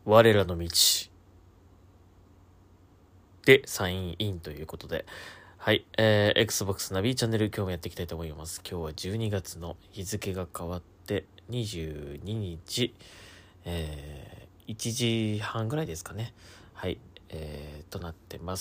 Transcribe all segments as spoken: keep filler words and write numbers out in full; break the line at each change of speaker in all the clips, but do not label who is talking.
我らの道でサインインということで、はい、えー、Xbox ナビチャンネル今日もやっていきたいと思います。今日はじゅうにがつの日付が変わってにじゅうににち、えー、いちじはんぐらいですかね。はい、えー、となってます。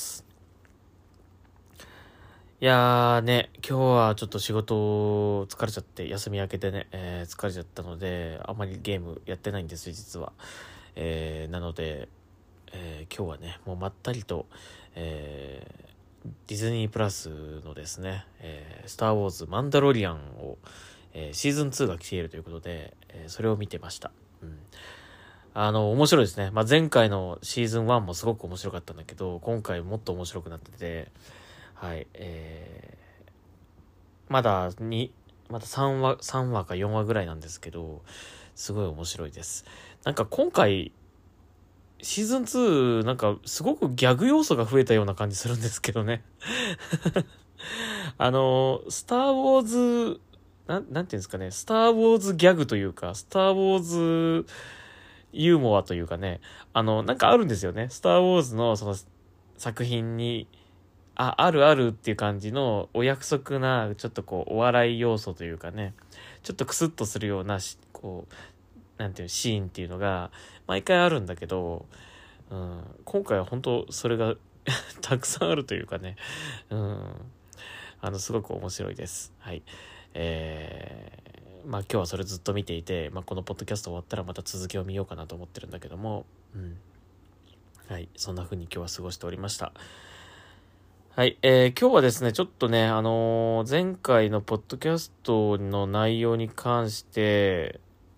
いやーね、今日はちょっと仕事疲れちゃって、休み明けてね、えー、疲れちゃったので、あんまりゲームやってないんですよ、実は。えー、なので、えー今日はね、もうまったりと、えーディズニープラスのですね、えースター・ウォーズ・マンダロリアンを、えーシーズンツーが来ているということで、えーそれを見てました。うん。あの、面白いですね。まあ、前回のシーズンワンもすごく面白かったんだけど、今回もっと面白くなってて、はい、えーまだに、まださんわ、さんわかよんわぐらいなんですけど、すごい面白いです。なんか今回、シーズンツー、なんかすごくギャグ要素が増えたような感じするんですけどね。あの、スター・ウォーズ、なん、なんていうんですかね、スター・ウォーズギャグというか、スター・ウォーズユーモアというかね、あの、なんかあるんですよね。スター・ウォーズのその作品に、あ、あるあるっていう感じのお約束な、ちょっとこう、お笑い要素というかね、ちょっとクスッとするようなし、こう、なんていうシーンっていうのが、毎回あるんだけど、うん、今回は本当それがたくさんあるというかね、うん、あの、すごく面白いです。はい。えー、まあ今日はそれずっと見ていて、まあこのポッドキャスト終わったらまた続きを見ようかなと思ってるんだけども、うん。はい。そんな風に今日は過ごしておりました。はい。えー、今日はですね、ちょっとね、あのー前回のポッドキャストの内容に関して、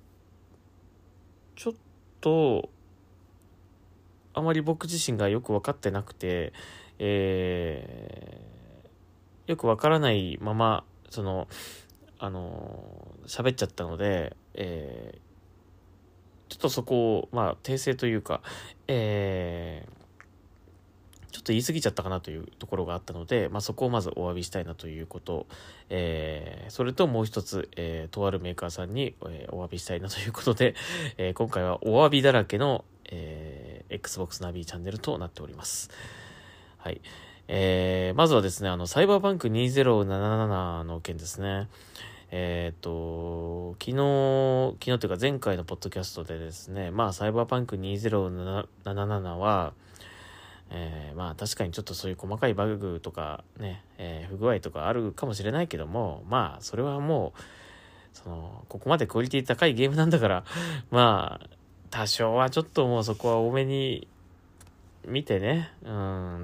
ちょっと、あまり僕自身がよく分かってなくて、えー、よく分からないまま、その、あのー喋っちゃったので、えー、ちょっとそこを、まあ、訂正というか、えー、ちょっと言い過ぎちゃったかなというところがあったので、まあ、そこをまずお詫びしたいなということ、えー、それともう一つ、えー、とあるメーカーさんに、えーお詫びしたいなということで、えー今回はお詫びだらけの、えー Xbox ナビチャンネルとなっております。はい。えー、まずはですね、あの、サイバーパンクにせんななじゅうななの件ですね。えっと、昨日、昨日というか前回のポッドキャストでですね、まあ、サイバーパンクにせんななじゅうななは、えー、まあ確かにちょっとそういう細かいバグとかね、えー不具合とかあるかもしれないけども、まあそれはもう、その、ここまでクオリティ高いゲームなんだから、まあ、多少はちょっともうそこは多めに見てね。うん。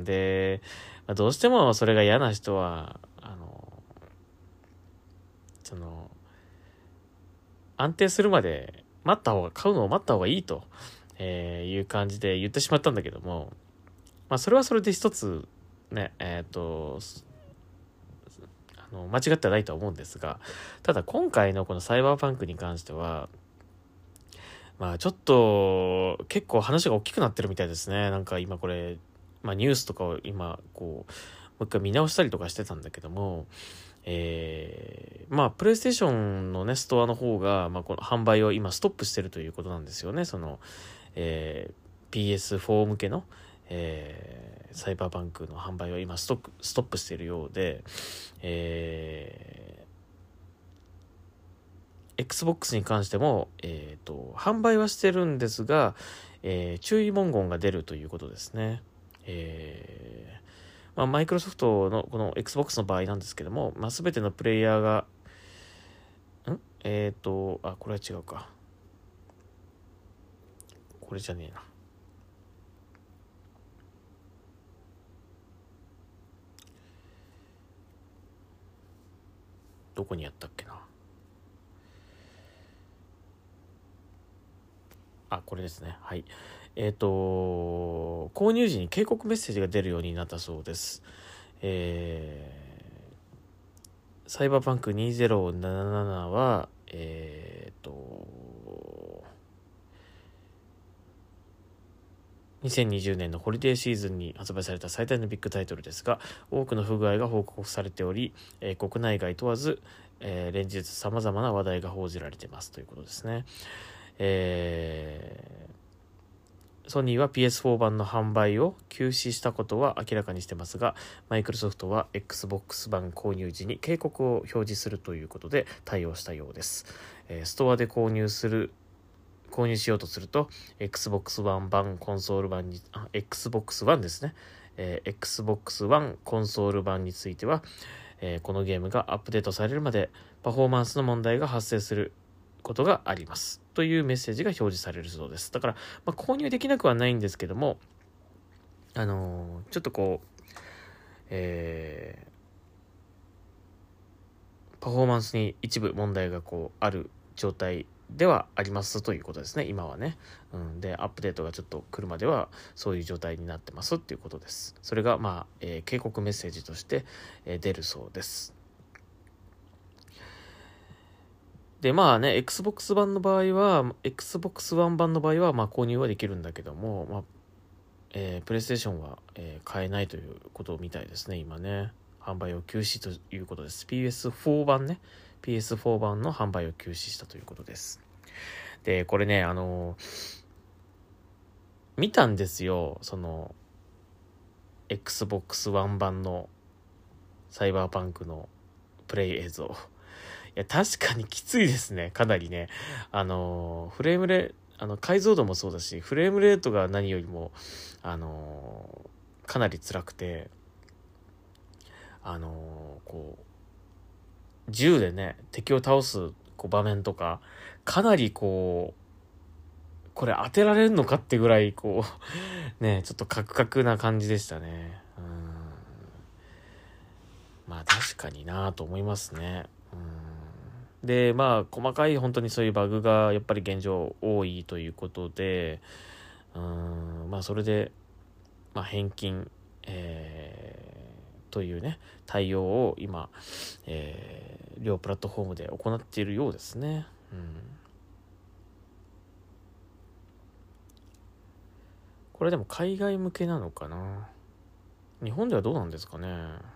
で、まあ、どうしてもそれが嫌な人は、あの、その、安定するまで待った方が、買うのを待った方がいいと、えーいう感じで言ってしまったんだけども、まあそれはそれで一つ、ね、えっ、と、あの間違ってはないとは思うんですが、ただ今回のこのサイバーパンクに関しては、まあちょっと結構話が大きくなってるみたいですね。なんか今これ、まあニュースとかを今こう、もう一回見直したりとかしてたんだけども、えー、まあプレイステーションのね、ストアの方が、まあこの販売を今ストップしてるということなんですよね。その、えー、ピーエスフォー 向けの、えー、サイバーパンクの販売を今ストック、ストップしているようで、えー、Xbox に関しても、えーと、販売はしてるんですが、えー注意文言が出るということですね。えー、まあ、マイクロソフトのこの Xbox の場合なんですけども、まあ、全てのプレイヤーが、んえーと、あ、これは違うか。これじゃねえな。どこにやったっけな。あ、これですね。はい。えっ、と、購入時に警告メッセージが出るようになったそうです。えー、サイバーパンクにせんななじゅうななは、えっ、と、にせんにじゅうねんのホリデーシーズンに発売された最大のビッグタイトルですが、多くの不具合が報告されており、えー国内外問わず、えー連日様々な話題が報じられていますということですね。えーソニーは ピーエスフォー 版の販売を休止したことは明らかにしてますが、マイクロソフトは Xbox 版購入時に警告を表示するということで対応したようです。えー、ストアで購入する購入しようとすると Xbox One 版コンソール版にあ Xbox One ですね、えー、Xbox One コンソール版については、えー、このゲームがアップデートされるまでパフォーマンスの問題が発生することがありますというメッセージが表示されるそうです。だから、まあ、購入できなくはないんですけども、あのー、ちょっとこう、えー、パフォーマンスに一部問題がこうある状態ではありますということですね、今はね。うん、で、アップデートがちょっと来るまではそういう状態になってますっていうことです。それが、まあ、えー、警告メッセージとして、えー、出るそうです。で、まあね、Xbox 版の場合は、Xbox One 版の場合は、まあ購入はできるんだけども、まあ、えー、プレイステーションは、えー、買えないということみたいですね、今ね。販売を休止ということです。ピーエスフォー 版ね。ピーエスフォー 版の販売を休止したということです。で、これね、あのー、見たんですよ。その、Xbox One 版のサイバーパンクのプレイ映像。いや、確かにきついですね。かなりね。あの、フレームレ、あの、解像度もそうだし、フレームレートが何よりも、あの、かなり辛くて、あの、こう、銃でね、敵を倒すこう場面とか、かなりこう、これ当てられるのかってぐらい、こう、ね、ちょっとカクカクな感じでしたね。うん。まあ確かになぁと思いますね。うん。で、まあ、細かい本当にそういうバグがやっぱり現状多いということで、うーん、まあそれで、まあ返金、えー、というね、対応を今、えー、両プラットフォームで行っているようですね。うん。これでも海外向けなのかな。日本ではどうなんですかね。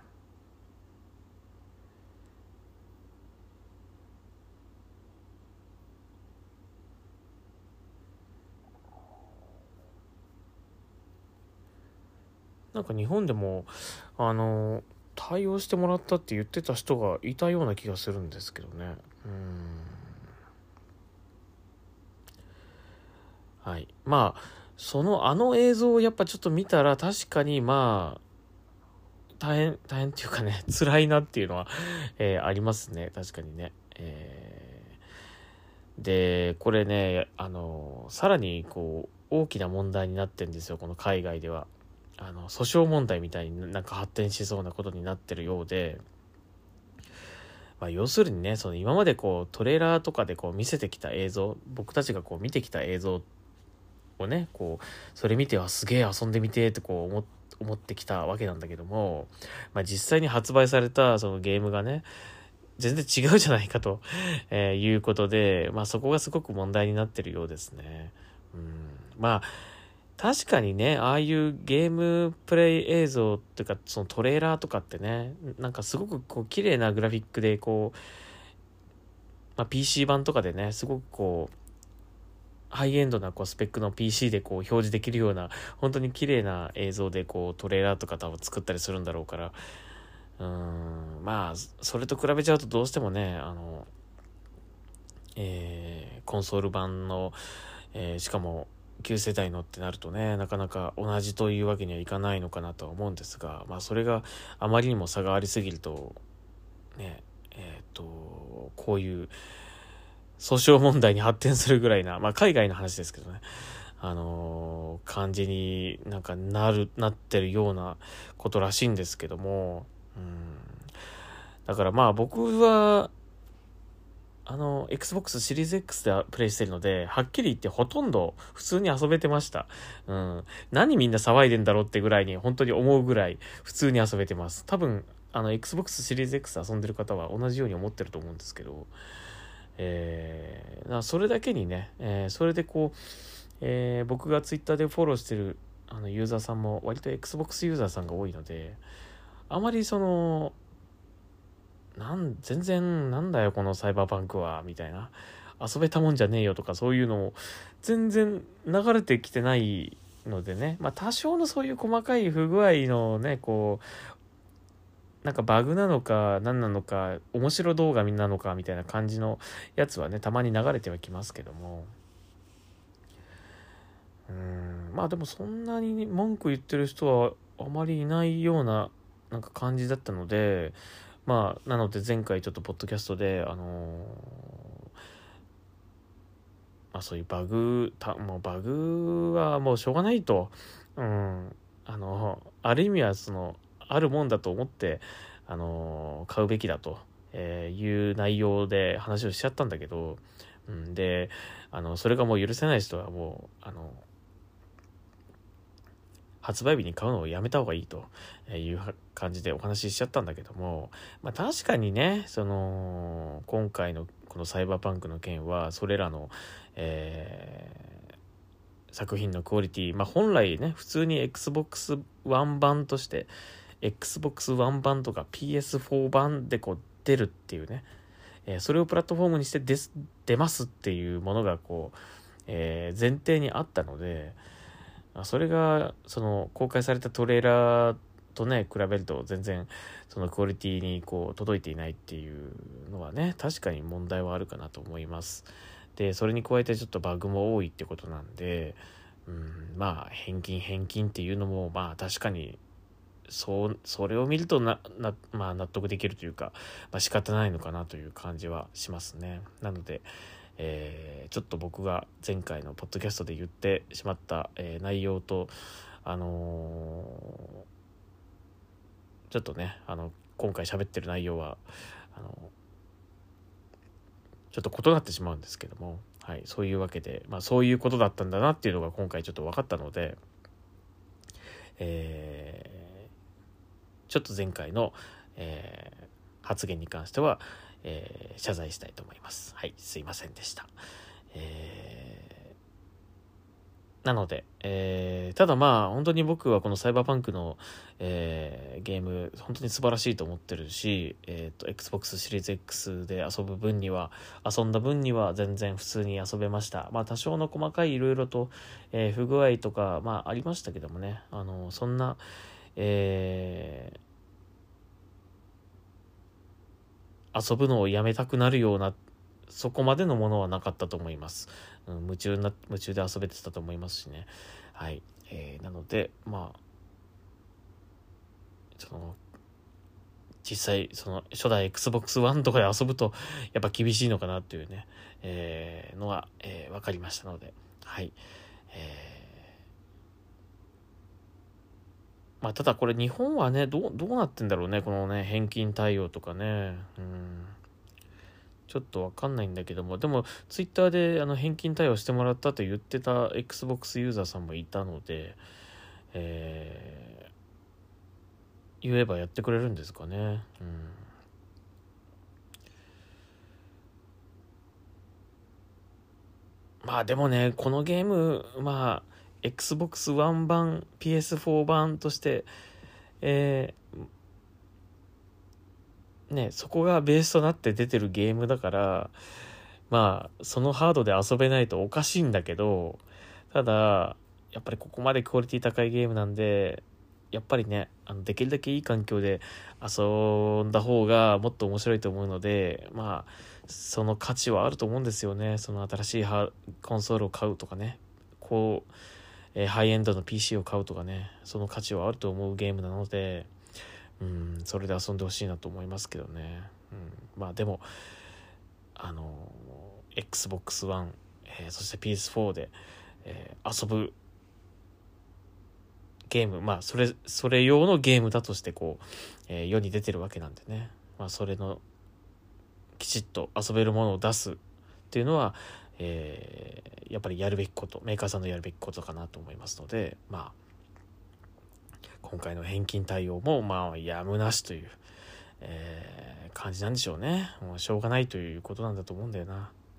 なんか日本でも、あの、対応してもらったって言ってた人がいたような気がするんですけどね。うん。はい。まあ、その、あの映像をやっぱちょっと見たら確かにまあ、大変、大変っていうかね、辛いなっていうのは、えーありますね。確かにね。えーで、これね、あの、さらにこう、大きな問題になってるんですよ。この海外では。あの、訴訟問題みたいになんか発展しそうなことになってるようで、まあ、要するにね、その今までこうトレーラーとかでこう見せてきた映像、僕たちがこう見てきた映像をね、こう、それ見てはすげえ遊んでみてってこう思思ってきたわけなんだけども、まあ実際に発売されたそのゲームがね、全然違うじゃないかと、えーいうことで、まあそこがすごく問題になってるようですね。うん、まあ、確かにね、ああいうゲームプレイ映像っていうか、そのトレーラーとかってね、なんかすごくこう綺麗なグラフィックでこう、まあ、ピーシー 版とかでね、すごくこう、ハイエンドなこうスペックの ピーシー でこう表示できるような、本当に綺麗な映像でこうトレーラーとか多分作ったりするんだろうから、うーん、まあ、それと比べちゃうとどうしてもね、あの、えー、コンソール版の、えー、しかも旧世代のってなるとね、なかなか同じというわけにはいかないのかなとは思うんですが、まあそれがあまりにも差がありすぎると、ね、えっと、こういう訴訟問題に発展するぐらいな、まあ海外の話ですけどね、あのー感じになんかなる、なってるようなことらしいんですけども、うん。だからまあ僕は、あの、Xbox シリーズ X でプレイしてるので、はっきり言ってほとんど普通に遊べてました。うん。何みんな騒いでんだろうってぐらいに本当に思うぐらい普通に遊べてます。多分、あの、Xbox シリーズ X 遊んでる方は同じように思ってると思うんですけど、えー、それだけにね、えー、それでこう、えー、僕が Twitter でフォローしてるあのユーザーさんも割と Xbox ユーザーさんが多いので、あまりその、なん全然なんだよこのサイバーパンクはみたいな、遊べたもんじゃねえよとかそういうのも全然流れてきてないのでね、まあ多少のそういう細かい不具合のね、こう、なんかバグなのか何なのか面白動画なのかみたいな感じのやつはね、たまに流れてはきますけども、うーん、まあでもそんなに文句言ってる人はあまりいないようななんか感じだったので、まあなので前回ちょっとポッドキャストであのーまあそういうバグたもうバグはもうしょうがないと、うん、あのある意味はそのあるもんだと思ってあの買うべきだと、えーいう内容で話をしちゃったんだけど、うん、であのそれがもう許せない人はもうあの発売日に買うのをやめた方がいいという感じでお話ししちゃったんだけども、まあ確かにね、その今回のこのサイバーパンクの件はそれらの、えー、作品のクオリティ、まあ本来ね普通に エックスボックスワン 版として エックスボックスワン 版とか ピーエスフォー 版でこう出るっていうね、えー、それをプラットフォームにして出出ますっていうものがこう、えー、前提にあったので、それがその公開されたトレーラーとね比べると全然そのクオリティにこう届いていないっていうのはね、確かに問題はあるかなと思います。でそれに加えてちょっとバグも多いってことなんで、うん、まあ返金返金っていうのもまあ確かにそうそれを見るとなな、まあ、納得できるというか、まあ、仕方ないのかなという感じはしますね。なのでえー、ちょっと僕が前回のポッドキャストで言ってしまった、えー、内容と、あのー、ちょっとねあの今回喋ってる内容はあのちょっと異なってしまうんですけども、はい、そういうわけで、まあ、そういうことだったんだなっていうのが今回ちょっと分かったので、えー、ちょっと前回の、えー、発言に関してはえー、謝罪したいと思います。はい、すいませんでした。えー、なので、えー、ただまあ本当に僕はこのサイバーパンクの、えー、ゲーム本当に素晴らしいと思ってるし、えーと、Xbox シリーズ X で遊ぶ分には遊んだ分には全然普通に遊べました。まあ多少の細かいいろいろと、えー、不具合とかまあありましたけどもね、あのそんな、えー遊ぶのをやめたくなるようなそこまでのものはなかったと思います、うん、夢中な夢中で遊べてたと思いますしね。はい、えー、なのでまあその実際その初代 エックスボックスワン とかで遊ぶとやっぱ厳しいのかなっていうね、えー、のが、えー、分かりましたので、はい、えー、まあただこれ日本はねどうどうなってんだろうね、このね返金対応とかね、うんちょっとわかんないんだけども、でもツイッターであの返金対応してもらったと言ってた Xbox ユーザーさんもいたので、えー、言えばやってくれるんですかね。うん。まあでもね、このゲーム、まあ Xbox ワン 版、ピーエスフォー 版として、えー、ね、そこがベースとなって出てるゲームだから、まあそのハードで遊べないとおかしいんだけど、ただやっぱりここまでクオリティ高いゲームなんで、やっぱりねあのできるだけいい環境で遊んだ方がもっと面白いと思うので、まあその価値はあると思うんですよね。その新しいコンソールを買うとかね、こう、えー、ハイエンドの ピーシー を買うとかね、その価値はあると思うゲームなので、うんそれで遊んでほしいなと思いますけどね。うん、まあでもあの エックスボックスワン、えー、そして ピーエスフォー で、えー、遊ぶゲーム、まあそれそれ用のゲームだとしてこう、えー、世に出てるわけなんでね、まあそれのきちっと遊べるものを出すっていうのは、えー、やっぱりやるべきこと、メーカーさんのやるべきことかなと思いますので、まあ今回の返金対応もまあやむなしという、えー、感じなんでしょうね。もうしょうがないということなんだと思うんだよな。うん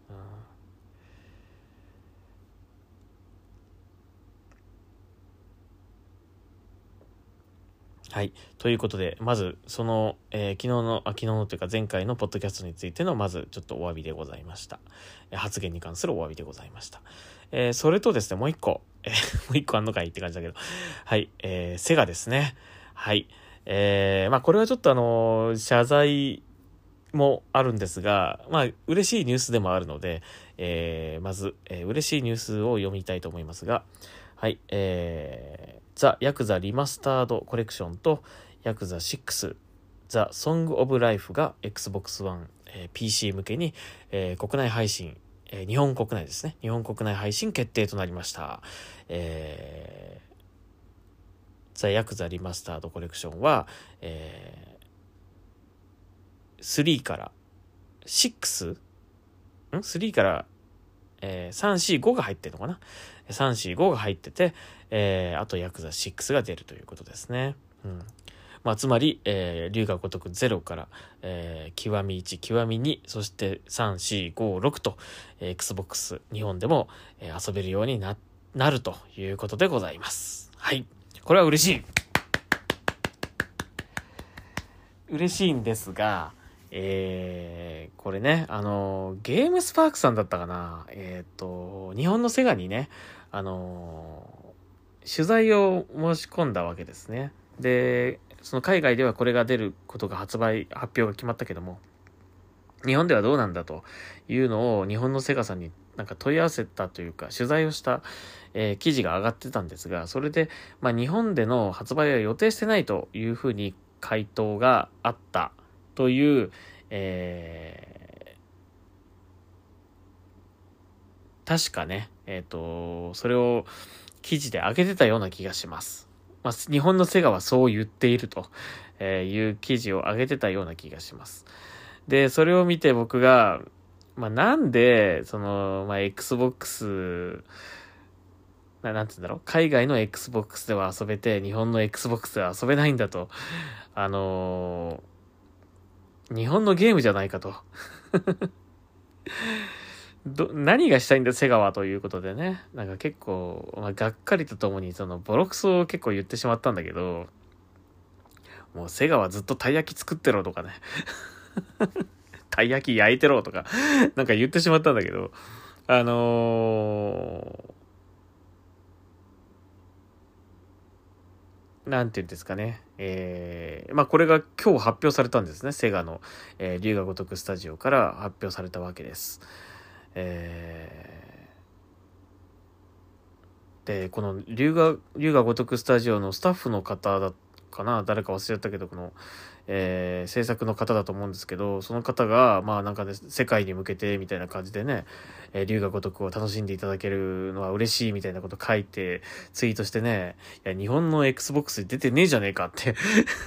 はい。ということで、まず、その、えー、昨日の、あ、昨日のというか前回のポッドキャストについての、まず、ちょっとお詫びでございました。えー、発言に関するお詫びでございました。えー、それとですね、もう一個、 えー、もう一個あんのかいって感じだけど。はい。えー、セガですね。はい。えー、まあこれはちょっとあのー、謝罪もあるんですが、まあ嬉しいニュースでもあるので、えー、まず、えー、嬉しいニュースを読みたいと思いますが、はい。えー、ザ・ヤクザリマスタードコレクションと、ヤクザシックス、ザ・ソング・オブ・ライフが Xbox One、えー、ピーシー 向けに、えー、国内配信、えー、日本国内ですね。日本国内配信決定となりました。えー、ザ・ヤクザリマスタードコレクションは、えー、スリーからシックス? ん ?スリー から、えー、さん、よん、ごが入ってるのかな ?さん、よん、ごが入ってて、えー、あとヤクザシックスが出るということですね。うん。まあ、つまり、えー、龍が如くゼロから、えー、極みいち、極みに、そしてさん、よん、ご、ろくと、えー、Xbox 日本でも、えー、遊べるようにな、なるということでございます。はい。これは嬉しい。嬉しいんですが、えー、これね、あの、ゲームスパークさんだったかな。えっと、日本のセガにね、あの、取材を申し込んだわけですね。で、その海外ではこれが出ることが発売、発表が決まったけども、日本ではどうなんだというのを日本のセガさんになんか問い合わせたというか、取材をした、えー記事が上がってたんですが、それで、まあ日本での発売は予定してないというふうに回答があったという、えー確かね、えっと、それを記事で上げてたような気がします。まあ、日本のセガはそう言っているという記事を上げてたような気がします。で、それを見て僕が、まあ、なんで、その、まあ、Xbox、ななんて言うんだろう、海外の Xbox では遊べて、日本の Xbox では遊べないんだと。あのー日本のゲームじゃないかと。ど、何がしたいんだセガはということでね。なんか結構、まあ、がっかりとともにそのボロクソを結構言ってしまったんだけど、もうセガはずっとたい焼き作ってろとかね。たい焼き焼いてろとか、なんか言ってしまったんだけど、あのー、なんて言うんですかね。えー、まあこれが今日発表されたんですね。セガの、えー、龍が如くスタジオから発表されたわけです。えー、で、この龍が、龍が如くスタジオのスタッフの方だかな、誰か忘れちゃったけど、この、えー、制作の方だと思うんですけど、その方が、まあなんかね、世界に向けてみたいな感じでね、えー、龍が如くを楽しんでいただけるのは嬉しいみたいなこと書いて、ツイートしてね、いや、日本の Xbox に出てねえじゃねえかって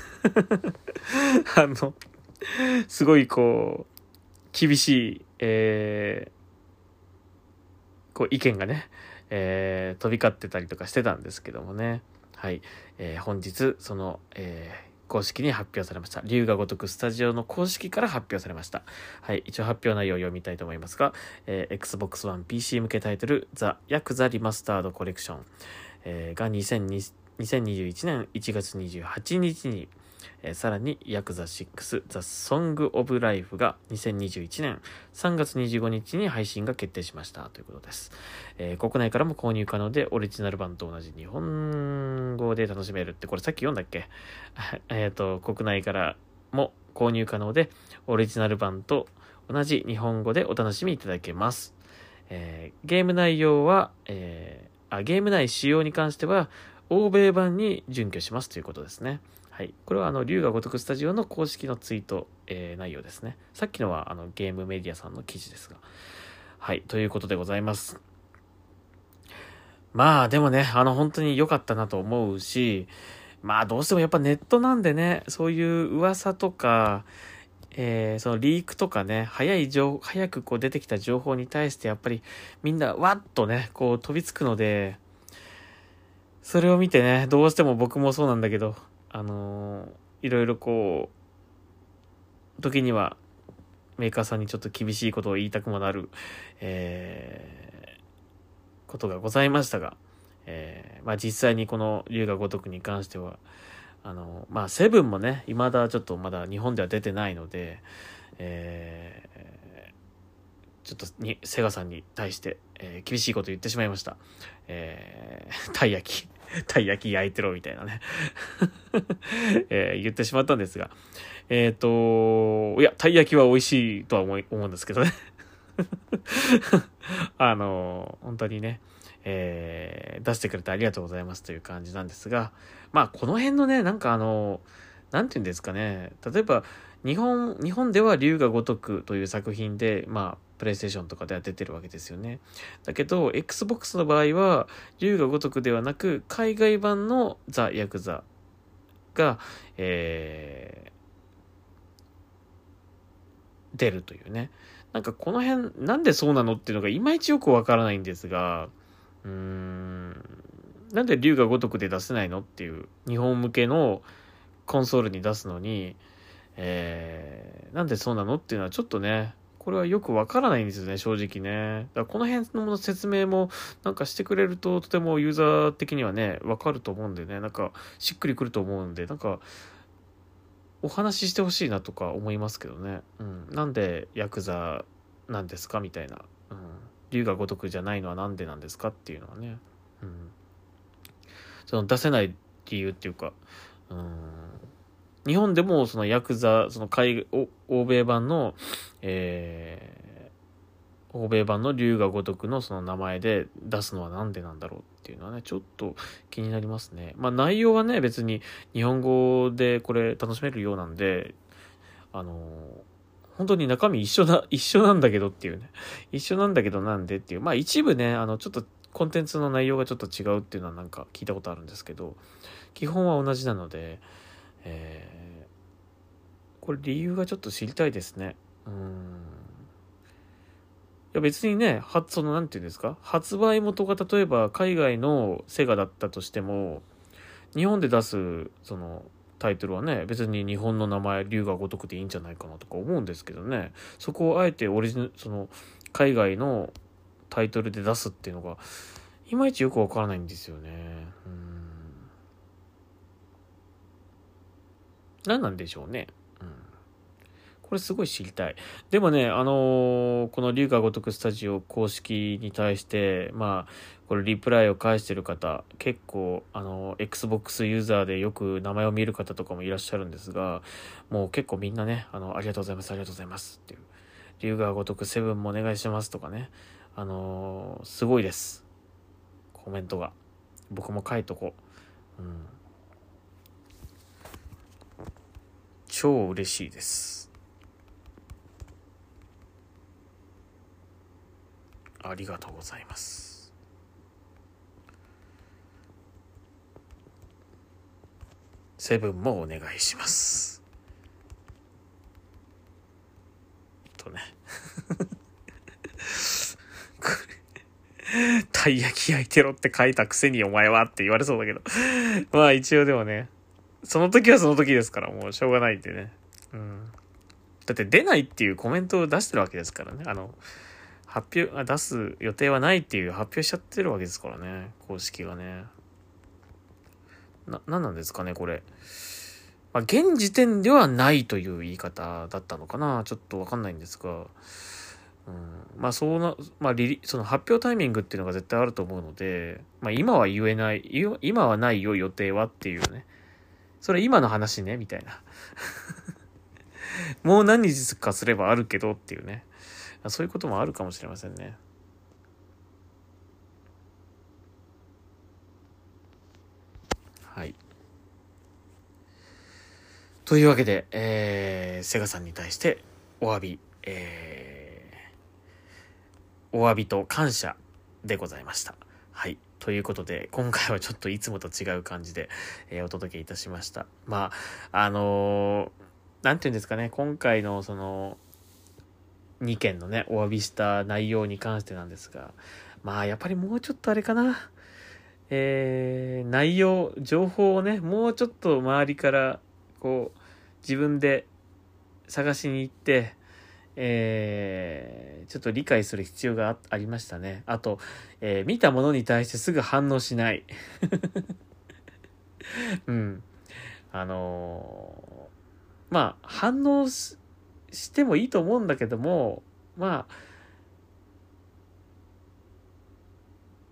あの、すごいこう、厳しい、えー、こう意見がね、えー、飛び交ってたりとかしてたんですけどもね。はい。えー、本日、その、えー、公式に発表されました。龍が如くスタジオの公式から発表されました。はい。一応発表内容を読みたいと思いますが、えー、Xbox One ピーシー 向けタイトル、ザ・ヤクザリマスタードコレクション、えー、がにせんにじゅういちねんいちがつにじゅうはちにちに、えー、さらにヤクザシックスザ・ソング・オブ・ライフがにせんにじゅういちねんさんがつにじゅうごにちに配信が決定しましたということです。えー、国内からも購入可能でオリジナル版と同じ日本語で楽しめるって、これさっき読んだっけえっと、国内からも購入可能でオリジナル版と同じ日本語でお楽しみいただけます。えー、ゲーム内容は、えー、あ、ゲーム内仕様に関しては欧米版に準拠しますということですね。はい。これはあの、龍が如くスタジオの公式のツイート、えー、内容ですね。さっきのはあの、ゲームメディアさんの記事ですが。はい。ということでございます。まあ、でもね、あの、本当に良かったなと思うし、まあ、どうしてもやっぱネットなんでね、そういう噂とか、えー、そのリークとかね、早い情、早くこう出てきた情報に対してやっぱりみんなわっとね、こう飛びつくので、それを見てね、どうしても僕もそうなんだけど、あのーいろいろこう、時にはメーカーさんにちょっと厳しいことを言いたくもなる、えー、ことがございましたが、えー、まあ実際にこの龍が如くに関しては、あの、まあセブンもね、未だちょっとまだ日本では出てないので、えー、 ちょっとにセガさんに対して、えー、厳しいこと言ってしまいました。えー、たい焼きたい焼き焼いてろみたいなね、えー、言ってしまったんですが、えっ、ー、といやたい焼きは美味しいとは思い思うんですけどねあの本当にね、えー、出してくれてありがとうございますという感じなんですが、まあこの辺のね、なんかあのなんていうんですかね、例えば日本日本では龍が如くという作品で、まあプレイステーションとかでは出てるわけですよね。だけど Xbox の場合は龍が如くではなく海外版のザ・ヤクザが、えー、出るというね。なんかこの辺なんでそうなのっていうのがいまいちよくわからないんですが、うーんなんで龍が如くで出せないのっていう、日本向けのコンソールに出すのに、えー、なんでそうなのっていうのはちょっとね、これはよくわからないんですよね、正直ね。だからこの辺の説明もなんかしてくれるととてもユーザー的にはね、わかると思うんでね、なんかしっくりくると思うんで、なんかお話ししてほしいなとか思いますけどね。うん。なんでヤクザなんですかみたいな。うん。龍が如くじゃないのはなんでなんですかっていうのはね。うん。その出せない理由っていうか、うん。日本でもそのヤクザ、その海欧米版の、えー、欧米版の龍が如くのその名前で出すのはなんでなんだろうっていうのはね、ちょっと気になりますね。まあ内容はね、別に日本語でこれ楽しめるようなんで、あのー、本当に中身一緒だ、一緒なんだけどっていうね。一緒なんだけどなんでっていう。まあ一部ね、あの、ちょっとコンテンツの内容がちょっと違うっていうのはなんか聞いたことあるんですけど、基本は同じなので、えー、これ理由がちょっと知りたいですね。うーん。いや別にね、は、そのなんていうんですか、発売元が例えば海外のセガだったとしても、日本で出すそのタイトルはね、別に日本の名前龍が如くでいいんじゃないかなとか思うんですけどね、そこをあえてオリジナル、その海外のタイトルで出すっていうのがいまいちよくわからないんですよね。うーん、何なんでしょうね。うん、これすごい知りたい。でもね、あのーこの龍が如くスタジオ公式に対して、まあ、これリプライを返してる方、結構、あのー Xbox ユーザーでよく名前を見る方とかもいらっしゃるんですが、もう結構みんなね、あの、ありがとうございます、ありがとうございますっていう。龍が如くセブンもお願いしますとかね。あのーすごいです。コメントが。僕も書いとこう。うん。超嬉しいです。ありがとうございます。セブンもお願いします。とね。たい焼き焼いてろって書いたくせにお前はって言われそうだけど。まあ一応でもね、その時はその時ですからもうしょうがないんでね。うん。だって出ないっていうコメントを出してるわけですからね。あの、発表、出す予定はないっていう発表しちゃってるわけですからね。公式がね。な、なんなんですかね、これ。まあ、現時点ではないという言い方だったのかな。ちょっとわかんないんですが。うん、まあ、そうな、まあリリ、その発表タイミングっていうのが絶対あると思うので、まあ、今は言えない、今はないよ、予定はっていうね。それ今の話ね、みたいな。もう何日かすればあるけどっていうね。そういうこともあるかもしれませんね。はい。というわけで、えー、セガさんに対してお詫び、えー、お詫びと感謝でございました。はい。ということで、今回はちょっといつもと違う感じで、えー、お届けいたしました。まあ、あのー、なんていうんですかね、今回のその、にけんのね、お詫びした内容に関してなんですが、まあ、やっぱりもうちょっとあれかな。えー、内容、情報をね、もうちょっと周りから、こう、自分で探しに行って、えー、ちょっと理解する必要が あ, ありましたね。あと、えー、見たものに対してすぐ反応しない。うん。あのーまあ、反応ししてもいいと思うんだけども、まあ、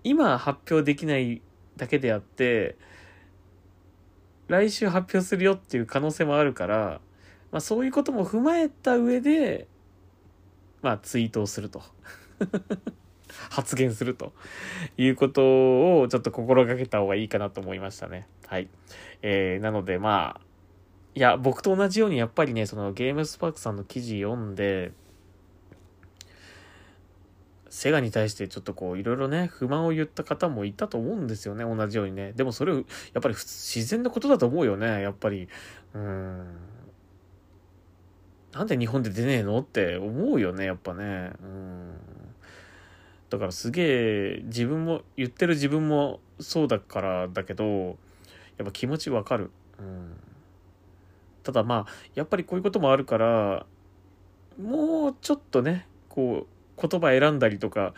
今発表できないだけであって、来週発表するよっていう可能性もあるから、まあそういうことも踏まえた上で、まあツイートをすると。発言するということをちょっと心がけた方がいいかなと思いましたね。はい。えー、なのでまあ、いや、僕と同じようにやっぱりね、そのゲームスパークさんの記事読んで、セガに対してちょっとこういろいろね、不満を言った方もいたと思うんですよね、同じようにね。でもそれを、やっぱり自然なことだと思うよね、やっぱり。うーん。なんで日本で出ねえのって思うよね、やっぱね。うん。だからすげえ、自分も、言ってる自分もそうだからだけど、やっぱ気持ちわかる。うん。ただまあ、やっぱりこういうこともあるから、もうちょっとね、こう、言葉選んだりとか、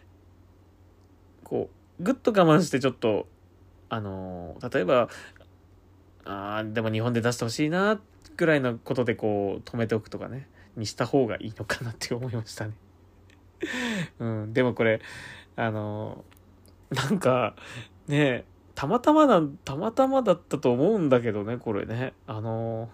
こう、ぐっと我慢してちょっと、あのー、例えば、あーでも日本で出してほしいな、ぐらいのことでこう、止めておくとかね、にした方がいいのかなって思いましたね。うん、でもこれ、あのー、なんか、ね、たまたまな、たまたまだったと思うんだけどね、これね。あの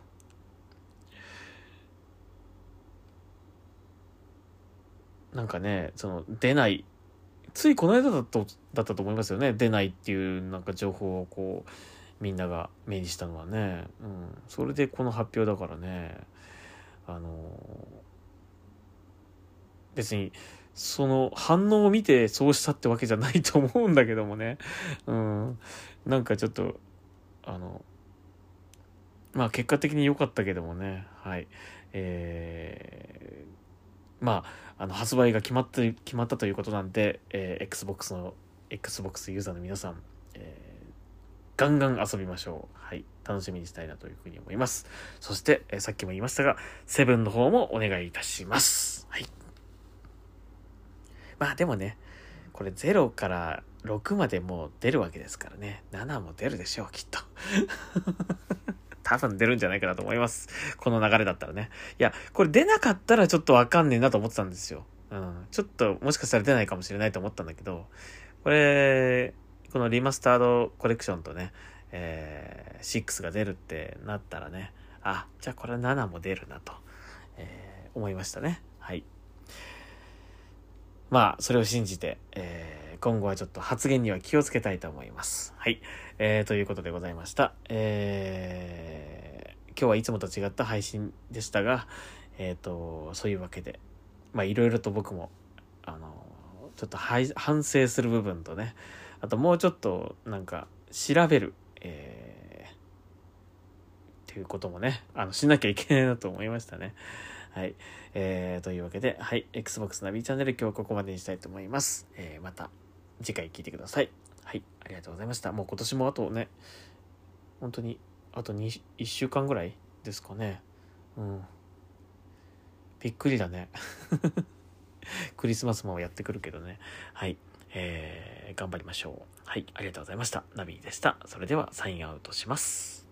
ー、なんかね、その、出ない、ついこの間だと、だったと思いますよね。出ないっていうなんか情報をこう、みんなが目にしたのはね。うん。それでこの発表だからね。あのー、別に、その反応を見てそうしたってわけじゃないと思うんだけどもね。うん。なんかちょっと、あの、まあ結果的に良かったけどもね。はい。えー、まあ、あの、発売が決まった、決まったということなんで、えー、Xbox の、Xbox ユーザーの皆さん、えーガンガン遊びましょう。はい。楽しみにしたいなというふうに思います。そして、えーさっきも言いましたが、セブンの方もお願いいたします。はい。まあでもね、これゼロからろくまでもう出るわけですからね。ななも出るでしょう、きっと。多分出るんじゃないかなと思います。この流れだったらね。いや、これ出なかったらちょっとわかんねえなと思ってたんですよ。うん。ちょっともしかしたら出ないかもしれないと思ったんだけど、これ、このリマスタードコレクションとね、えー、シックスが出るってなったらね、あ、じゃあこれななも出るなと、えー、思いましたね。はい。まあ、それを信じて、えー、今後はちょっと発言には気をつけたいと思います。はい。えー、ということでございました。えー、今日はいつもと違った配信でしたが、えーと、そういうわけで、まあ、いろいろと僕も、あの、ちょっと反省する部分とね、あともうちょっと、なんか、調べる、えー、っていうこともね、あの、しなきゃいけないなと思いましたね。はい。えー、というわけで、はい。Xbox ナビチャンネル今日はここまでにしたいと思います。えー、また次回聞いてください。はい。ありがとうございました。もう今年もあとね、本当に、あとに、いっしゅうかんぐらいですかね。うん。びっくりだね。クリスマスもやってくるけどね。はい。えー、頑張りましょう。はい。ありがとうございました。ナビでした。それではサインアウトします。